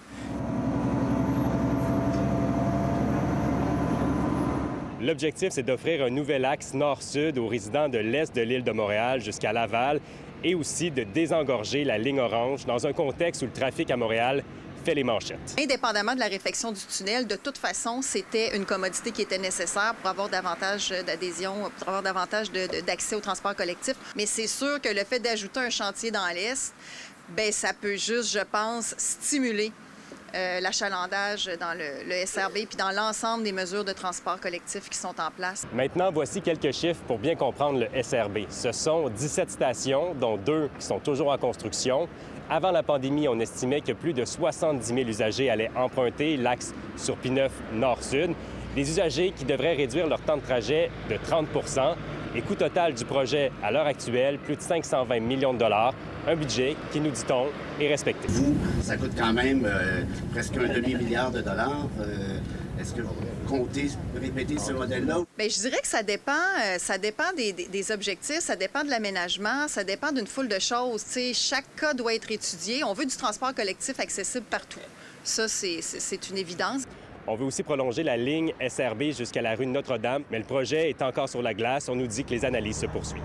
L'objectif, c'est d'offrir un nouvel axe nord-sud aux résidents de l'est de l'île de Montréal jusqu'à Laval et aussi de désengorger la ligne orange dans un contexte où le trafic à Montréal fait les manchettes. Indépendamment de la réflexion du tunnel, de toute façon, c'était une commodité qui était nécessaire pour avoir davantage d'adhésion, pour avoir davantage de, de, d'accès au transport collectif. Mais c'est sûr que le fait d'ajouter un chantier dans l'Est, bien, ça peut juste, je pense, stimuler Euh, l'achalandage dans le, le S R B puis dans l'ensemble des mesures de transport collectif qui sont en place. Maintenant, voici quelques chiffres pour bien comprendre le S R B. Ce sont dix-sept stations, dont deux qui sont toujours en construction. Avant la pandémie, on estimait que plus de soixante-dix mille usagers allaient emprunter l'axe sur Pinneuf nord-sud. Des usagers qui devraient réduire leur temps de trajet de trente pour cent. Et coût total du projet à l'heure actuelle, plus de cinq cent vingt millions de dollars. Un budget qui, nous dit-on, est respecté. Vous, ça coûte quand même euh, presque un demi-milliard de dollars. Euh, est-ce que vous comptez répéter ce modèle-là? Bien, je dirais que ça dépend, euh, ça dépend des, des, des objectifs, ça dépend de l'aménagement, ça dépend d'une foule de choses. T'sais, chaque cas doit être étudié. On veut du transport collectif accessible partout. Ça, c'est, c'est, c'est une évidence. On veut aussi prolonger la ligne S R B jusqu'à la rue Notre-Dame, mais le projet est encore sur la glace. On nous dit que les analyses se poursuivent.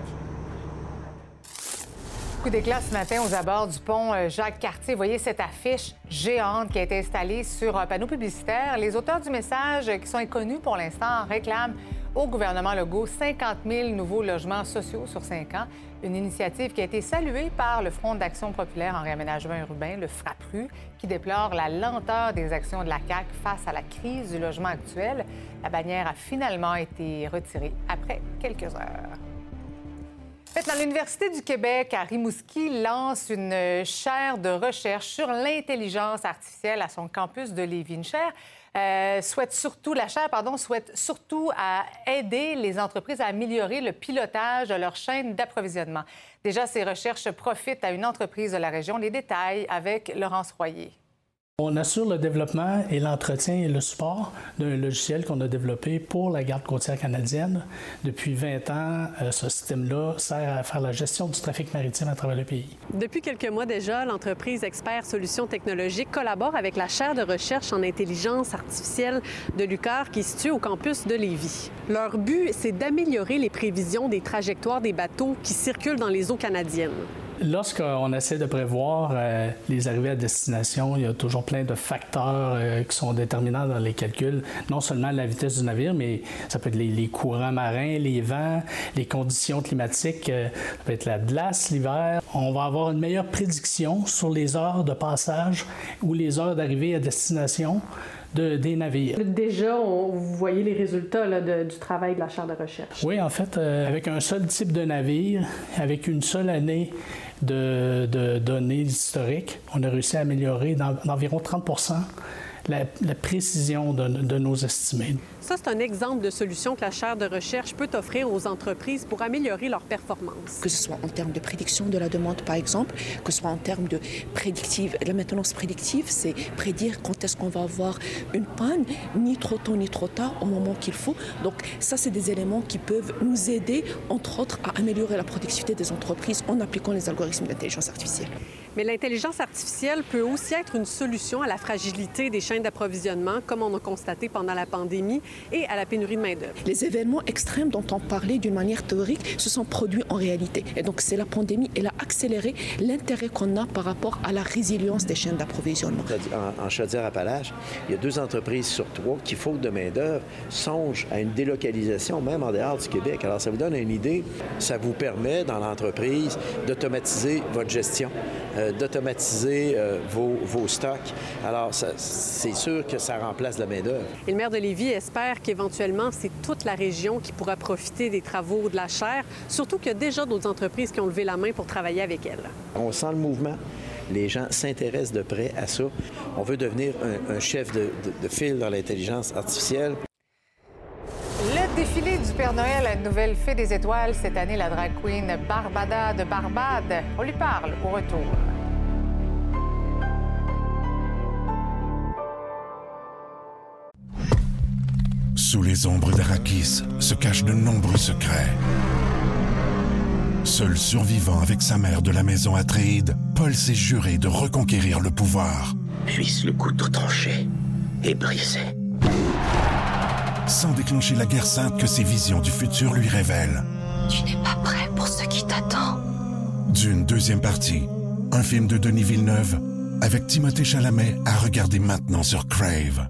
Coup d'éclat ce matin aux abords du pont Jacques-Cartier. Vous voyez cette affiche géante qui a été installée sur un panneau publicitaire. Les auteurs du message, qui sont inconnus pour l'instant, réclament au gouvernement Legault cinquante mille nouveaux logements sociaux sur cinq ans. Une initiative qui a été saluée par le Front d'action populaire en réaménagement urbain, le FRAPRU, qui déplore la lenteur des actions de la C A Q face à la crise du logement actuel. La bannière a finalement été retirée après quelques heures. Maintenant, l'Université du Québec à Rimouski lance une chaire de recherche sur l'intelligence artificielle à son campus de Lévis. Une chaire euh, souhaite surtout, la chaire, pardon, souhaite surtout à aider les entreprises à améliorer le pilotage de leur chaîne d'approvisionnement. Déjà, ces recherches profitent à une entreprise de la région. Les détails avec Laurence Royer. On assure le développement et l'entretien et le support d'un logiciel qu'on a développé pour la garde côtière canadienne. Depuis vingt ans, ce système-là sert à faire la gestion du trafic maritime à travers le pays. Depuis quelques mois déjà, l'entreprise Expert Solutions Technologiques collabore avec la chaire de recherche en intelligence artificielle de l'U Q A R qui est située au campus de Lévis. Leur but, c'est d'améliorer les prévisions des trajectoires des bateaux qui circulent dans les eaux canadiennes. Lorsqu'on essaie de prévoir euh, les arrivées à destination, il y a toujours plein de facteurs euh, qui sont déterminants dans les calculs. Non seulement la vitesse du navire, mais ça peut être les, les courants marins, les vents, les conditions climatiques, euh, ça peut être la glace l'hiver. On va avoir une meilleure prédiction sur les heures de passage ou les heures d'arrivée à destination de, des navires. Déjà, on, vous voyez les résultats là, de, du travail de la chaire de recherche. Oui, en fait, euh, avec un seul type de navire, avec une seule année de, de données historiques, on a réussi à améliorer d'environ trente pour cent la, la précision de, de nos estimés. Ça, c'est un exemple de solution que la chaire de recherche peut offrir aux entreprises pour améliorer leur performance. Que ce soit en termes de prédiction de la demande, par exemple, que ce soit en termes de prédictive. La maintenance prédictive, c'est prédire quand est-ce qu'on va avoir une panne, ni trop tôt ni trop tard, au moment qu'il faut. Donc ça, c'est des éléments qui peuvent nous aider, entre autres, à améliorer la productivité des entreprises en appliquant les algorithmes d'intelligence artificielle. Mais l'intelligence artificielle peut aussi être une solution à la fragilité des chaînes d'approvisionnement, comme on a constaté pendant la pandémie, et à la pénurie de main-d'œuvre. Les événements extrêmes dont on parlait d'une manière théorique se sont produits en réalité. Et donc, c'est la pandémie, elle a accéléré l'intérêt qu'on a par rapport à la résilience des chaînes d'approvisionnement. En, en Chaudière-Appalaches, il y a deux entreprises sur trois qui, faute de main-d'œuvre, songent à une délocalisation, même en dehors du Québec. Alors, ça vous donne une idée. Ça vous permet, dans l'entreprise, d'automatiser votre gestion, euh, d'automatiser euh, vos, vos stocks. Alors, ça, c'est sûr que ça remplace la main-d'œuvre. Et le maire de Lévis espère qu'éventuellement, c'est toute la région qui pourra profiter des travaux de la chaire, surtout qu'il y a déjà d'autres entreprises qui ont levé la main pour travailler avec elle. On sent le mouvement. Les gens s'intéressent de près à ça. On veut devenir un, un chef de, de, de file dans l'intelligence artificielle. Le défilé du Père Noël à une nouvelle fée des étoiles. Cette année, la drag queen Barbada de Barbade. On lui parle au retour. Sous les ombres d'Arrakis se cachent de nombreux secrets. Seul survivant avec sa mère de la maison Atréide, Paul s'est juré de reconquérir le pouvoir. Puisse le couteau tranché et brisé. Sans déclencher la guerre sainte que ses visions du futur lui révèlent. Tu n'es pas prêt pour ce qui t'attend. D'une deuxième partie, un film de Denis Villeneuve avec Timothée Chalamet à regarder maintenant sur Crave.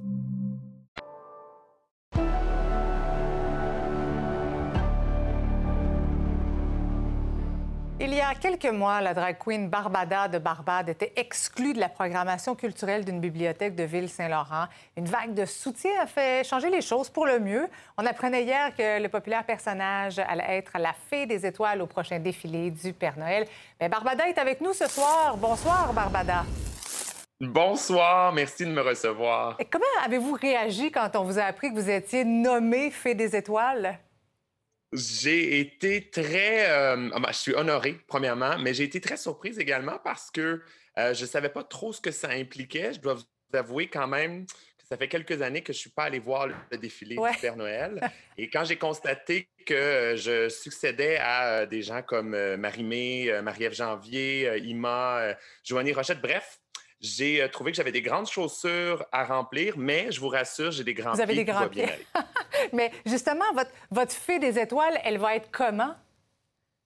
Il y a quelques mois, la drag queen Barbada de Barbade était exclue de la programmation culturelle d'une bibliothèque de Ville-Saint-Laurent. Une vague de soutien a fait changer les choses pour le mieux. On apprenait hier que le populaire personnage allait être la fée des étoiles au prochain défilé du Père Noël. Mais Barbada est avec nous ce soir. Bonsoir, Barbada. Bonsoir, merci de me recevoir. Et comment avez-vous réagi quand on vous a appris que vous étiez nommée fée des étoiles? J'ai été très... Euh, je suis honorée, premièrement, mais j'ai été très surprise également parce que euh, je ne savais pas trop ce que ça impliquait. Je dois vous avouer quand même que ça fait quelques années que je ne suis pas allée voir le défilé ouais. du Père Noël. Et quand j'ai constaté que je succédais à des gens comme Marie-Mé, Marie-Ève Janvier, Ima, Joanie Rochette, bref, j'ai trouvé que j'avais des grandes chaussures à remplir, mais je vous rassure, j'ai des grands vous pieds. Vous avez des grands pieds. Mais justement, votre, votre fée des étoiles, elle va être comment?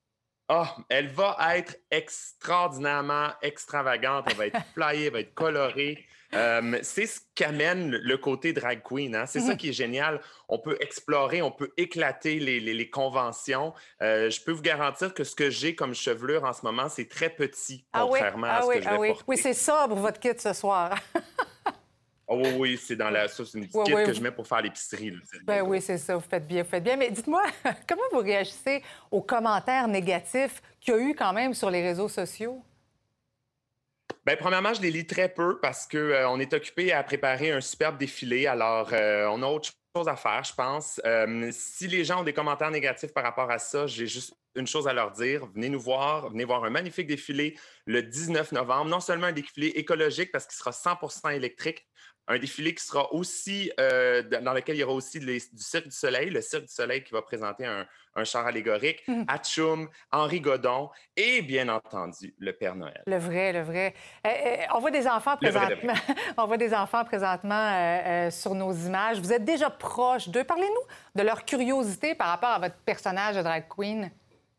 Oh, elle va être extraordinairement extravagante. Elle va être flyée, elle va être colorée. Euh, c'est ce qu'amène le côté drag queen. Hein? C'est mm-hmm. ça qui est génial. On peut explorer, on peut éclater les, les, les conventions. Euh, je peux vous garantir que ce que j'ai comme chevelure en ce moment, c'est très petit, ah contrairement oui, ah à ce oui, que je vais ah oui. porter. Oui, c'est sobre, votre kit ce soir. Oh oui, oui, c'est dans la ça, c'est une petite oui, kit oui. que je mets pour faire l'épicerie. Là. Ben oui, c'est ça, vous faites bien, vous faites bien. Mais dites-moi, comment vous réagissez aux commentaires négatifs qu'il y a eu quand même sur les réseaux sociaux? Bien, premièrement, je les lis très peu parce qu'on euh, est occupé à préparer un superbe défilé. Alors, euh, on a autre chose à faire, je pense. Euh, si les gens ont des commentaires négatifs par rapport à ça, j'ai juste une chose à leur dire. Venez nous voir, venez voir un magnifique défilé le dix-neuf novembre. Non seulement un défilé écologique parce qu'il sera cent pour cent électrique, un défilé qui sera aussi, euh, dans lequel il y aura aussi les, du Cirque du Soleil, le Cirque du Soleil qui va présenter un, un char allégorique, mmh. Atchoum, Henri Godon et, bien entendu, le Père Noël. Le vrai, le vrai. Euh, euh, on voit des enfants présentement, on voit des enfants présentement euh, euh, sur nos images. Vous êtes déjà proche d'eux. Parlez-nous de leur curiosité par rapport à votre personnage de drag queen.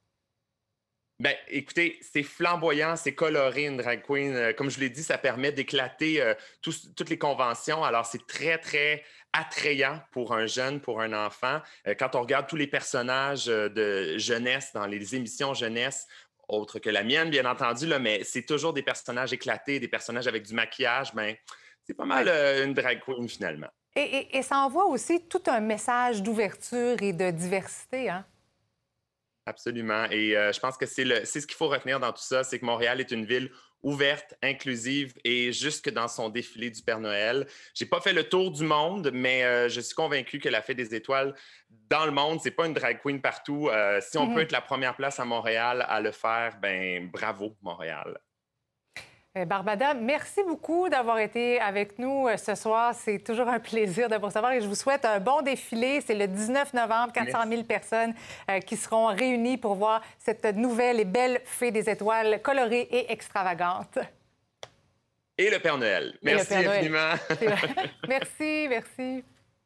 Bien, écoutez, c'est flamboyant, c'est coloré, une drag queen. Euh, comme je l'ai dit, ça permet d'éclater euh, tout, toutes les conventions. Alors, c'est très, très attrayant pour un jeune, pour un enfant. Euh, quand on regarde tous les personnages euh, de jeunesse dans les émissions jeunesse, autres que la mienne, bien entendu, là, mais c'est toujours des personnages éclatés, des personnages avec du maquillage. Bien, c'est pas mal euh, une drag queen, finalement. Et, et, et ça envoie aussi tout un message d'ouverture et de diversité, hein? Absolument. Et euh, je pense que c'est, le, c'est ce qu'il faut retenir dans tout ça, c'est que Montréal est une ville ouverte, inclusive et jusque dans son défilé du Père Noël. J'ai pas fait le tour du monde, mais euh, je suis convaincu que la Fête des Étoiles dans le monde, c'est pas une drag queen partout. Euh, si on mm-hmm. peut être la première place à Montréal à le faire, ben bravo Montréal. Barbada, merci beaucoup d'avoir été avec nous ce soir. C'est toujours un plaisir de vous recevoir et je vous souhaite un bon défilé. C'est le dix-neuf novembre, quatre cent mille personnes euh, qui seront réunies pour voir cette nouvelle et belle Fée des Étoiles colorée et extravagante. Et le Père Noël. Merci Père infiniment. Noël. Merci, merci.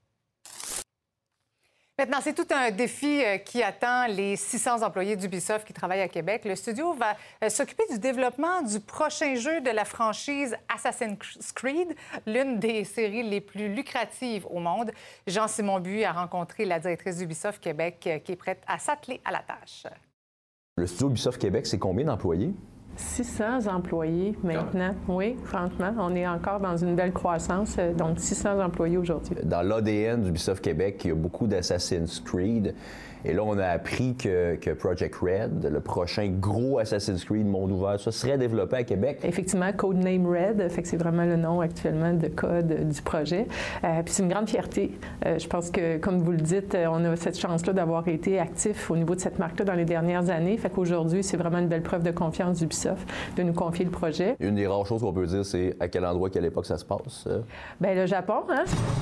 Maintenant, c'est tout un défi qui attend les six cents employés d'Ubisoft qui travaillent à Québec. Le studio va s'occuper du développement du prochain jeu de la franchise Assassin's Creed, l'une des séries les plus lucratives au monde. Jean-Simon Buis a rencontré la directrice d'Ubisoft Québec qui est prête à s'atteler à la tâche. Le studio Ubisoft Québec, c'est combien d'employés? six cents employés maintenant. Oui, franchement, on est encore dans une belle croissance, donc six cents employés aujourd'hui. Dans l'A D N d'Ubisoft Québec, il y a beaucoup d'Assassin's Creed. Et là, on a appris que, que Project Red, le prochain gros Assassin's Creed monde ouvert, ça serait développé à Québec. Effectivement, Codename Red, fait que c'est vraiment le nom actuellement de code du projet. Euh, puis c'est une grande fierté. Euh, je pense que, comme vous le dites, on a cette chance-là d'avoir été actif au niveau de cette marque-là dans les dernières années. Fait qu'aujourd'hui, c'est vraiment une belle preuve de confiance d'Ubisoft de nous confier le projet. Une des rares choses qu'on peut dire, c'est à quel endroit, quelle époque ça se passe. Bien, le Japon, hein?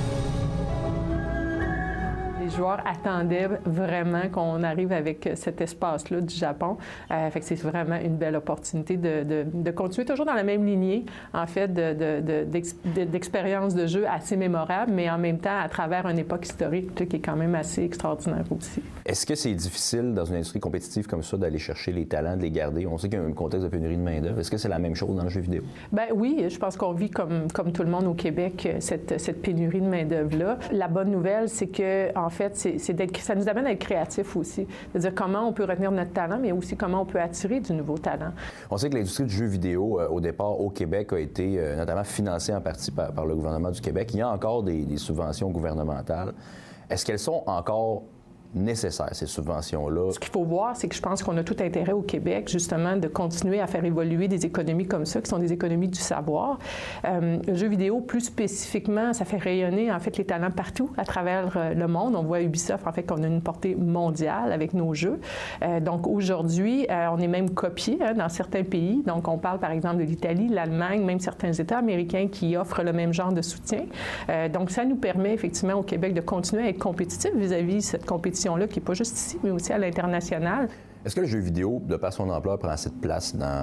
Les joueurs attendaient vraiment qu'on arrive avec cet espace-là du Japon. Euh, fait que c'est vraiment une belle opportunité de, de, de continuer toujours dans la même lignée, en fait, de, de, de, d'ex, d'expérience de jeu assez mémorable, mais en même temps à travers une époque historique qui est quand même assez extraordinaire aussi. Est-ce que c'est difficile dans une industrie compétitive comme ça d'aller chercher les talents, de les garder? On sait qu'il y a un contexte de pénurie de main-d'œuvre. Est-ce que c'est la même chose dans le jeu vidéo? Bien oui, je pense qu'on vit comme, comme tout le monde au Québec cette, cette pénurie de main-d'œuvre-là. La bonne nouvelle, c'est que en fait, c'est, c'est d'être, ça nous amène à être créatifs aussi. C'est-à-dire comment on peut retenir notre talent, mais aussi comment on peut attirer du nouveau talent. On sait que l'industrie du jeu vidéo, euh, au départ, au Québec, a été euh, notamment financée en partie par, par le gouvernement du Québec. Il y a encore des, des subventions gouvernementales. Est-ce qu'elles sont encore nécessaires, ces subventions-là? Ce qu'il faut voir, c'est que je pense qu'on a tout intérêt au Québec, justement, de continuer à faire évoluer des économies comme ça, qui sont des économies du savoir. Euh, le jeu vidéo, plus spécifiquement, ça fait rayonner, en fait, les talents partout à travers euh, le monde. On voit à Ubisoft, en fait, qu'on a une portée mondiale avec nos jeux. Euh, donc, aujourd'hui, euh, on est même copié hein, dans certains pays. Donc, on parle, par exemple, de l'Italie, l'Allemagne, même certains États américains qui offrent le même genre de soutien. Euh, donc, ça nous permet, effectivement, au Québec, de continuer à être compétitif vis-à-vis de cette compétition là qui n'est pas juste ici, mais aussi à l'international. Est-ce que le jeu vidéo, de par son ampleur, prend cette place dans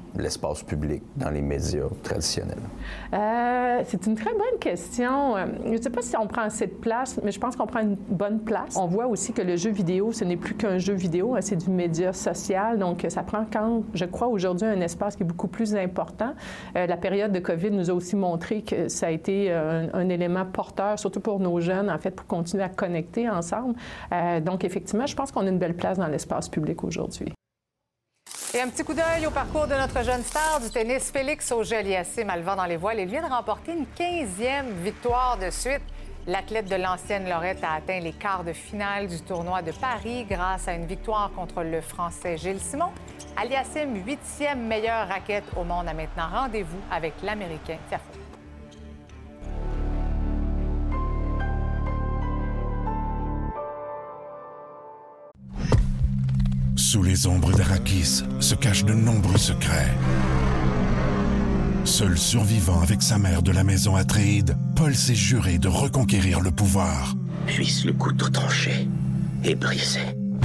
l'espace public, dans les médias traditionnels? Euh, c'est une très bonne question. Je ne sais pas si on prend assez de place, mais je pense qu'on prend une bonne place. On voit aussi que le jeu vidéo, ce n'est plus qu'un jeu vidéo, c'est du média social. Donc, ça prend, quand, je crois, aujourd'hui, un espace qui est beaucoup plus important. Euh, la période de COVID nous a aussi montré que ça a été un, un élément porteur, surtout pour nos jeunes, en fait, pour continuer à connecter ensemble. Euh, donc, effectivement, je pense qu'on a une belle place dans l'espace public aujourd'hui. Et un petit coup d'œil au parcours de notre jeune star du tennis, Félix Auger-Aliassime, à le vent dans les voiles. Il vient de remporter une quinzième victoire de suite. L'athlète de l'ancienne Lorette a atteint les quarts de finale du tournoi de Paris grâce à une victoire contre le Français Gilles Simon. Aliassime, huitième meilleure raquette au monde, a maintenant rendez-vous avec l'Américain Tiafoe. Sous les ombres d'Arakis se cachent de nombreux secrets. Seul survivant avec sa mère de la maison Atréide, Paul s'est juré de reconquérir le pouvoir. Puisse le couteau tranché et brisé.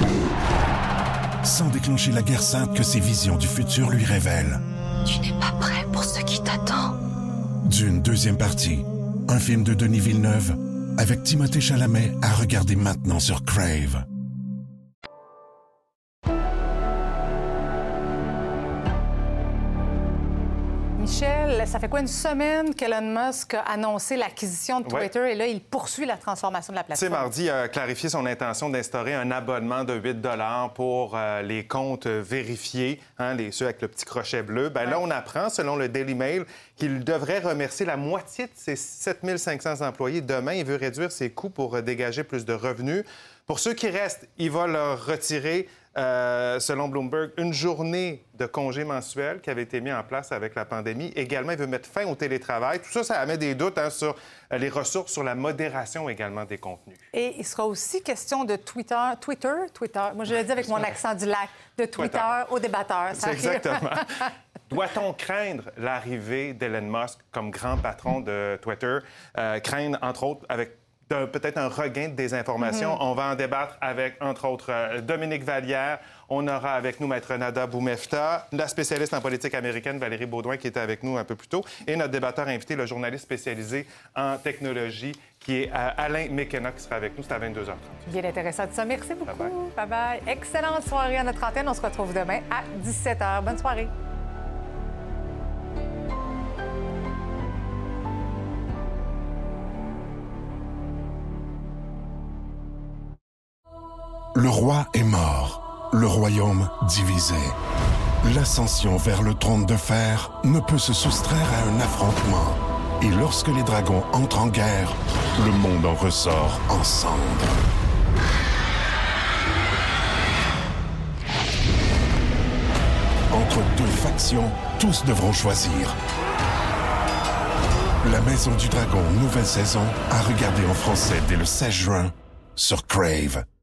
Sans déclencher la guerre sainte que ses visions du futur lui révèlent. Tu n'es pas prêt pour ce qui t'attend. D'une deuxième partie, un film de Denis Villeneuve avec Timothée Chalamet à regarder maintenant sur Crave. Michel, ça fait quoi une semaine qu'Elon Musk a annoncé l'acquisition de Twitter ouais. et là, il poursuit la transformation de la plateforme? Tu sais, mardi, il a clarifié son intention d'instaurer un abonnement de huit dollars pour euh, les comptes vérifiés, hein, les, ceux avec le petit crochet bleu. Bien ouais. là, on apprend, selon le Daily Mail, qu'il devrait remercier la moitié de ses sept mille cinq cents employés demain. Il veut réduire ses coûts pour dégager plus de revenus. Pour ceux qui restent, il va leur retirer, euh, selon Bloomberg, une journée de congé mensuel qui avait été mis en place avec la pandémie. Également, il veut mettre fin au télétravail. Tout ça, ça met des doutes hein, sur euh, les ressources, sur la modération également des contenus. Et il sera aussi question de Twitter. Twitter? Twitter. Moi, je l'ai dit avec mon accent du lac. De Twitter, Twitter. Au débatteur. C'est exactement. Doit-on craindre l'arrivée d'Elon Musk comme grand patron de Twitter? Euh, craindre, entre autres, avec peut-être un regain de désinformation. Mm-hmm. On va en débattre avec, entre autres, euh, Dominique Vallière. On aura avec nous Maître Nada Boumefta, la spécialiste en politique américaine Valérie Baudouin, qui était avec nous un peu plus tôt, et notre débatteur invité, le journaliste spécialisé en technologie, qui est euh, Alain McKenna, qui sera avec nous. C'est à vingt-deux heures trente. Bien intéressant tout ça. Merci beaucoup. Bye-bye. Excellente soirée à notre antenne. On se retrouve demain à dix-sept heures. Bonne soirée. Le roi est mort, le royaume divisé. L'ascension vers le trône de fer ne peut se soustraire à un affrontement. Et lorsque les dragons entrent en guerre, le monde en ressort en cendres. Entre deux factions, tous devront choisir. La Maison du Dragon, nouvelle saison, à regarder en français dès le seize juin sur Crave.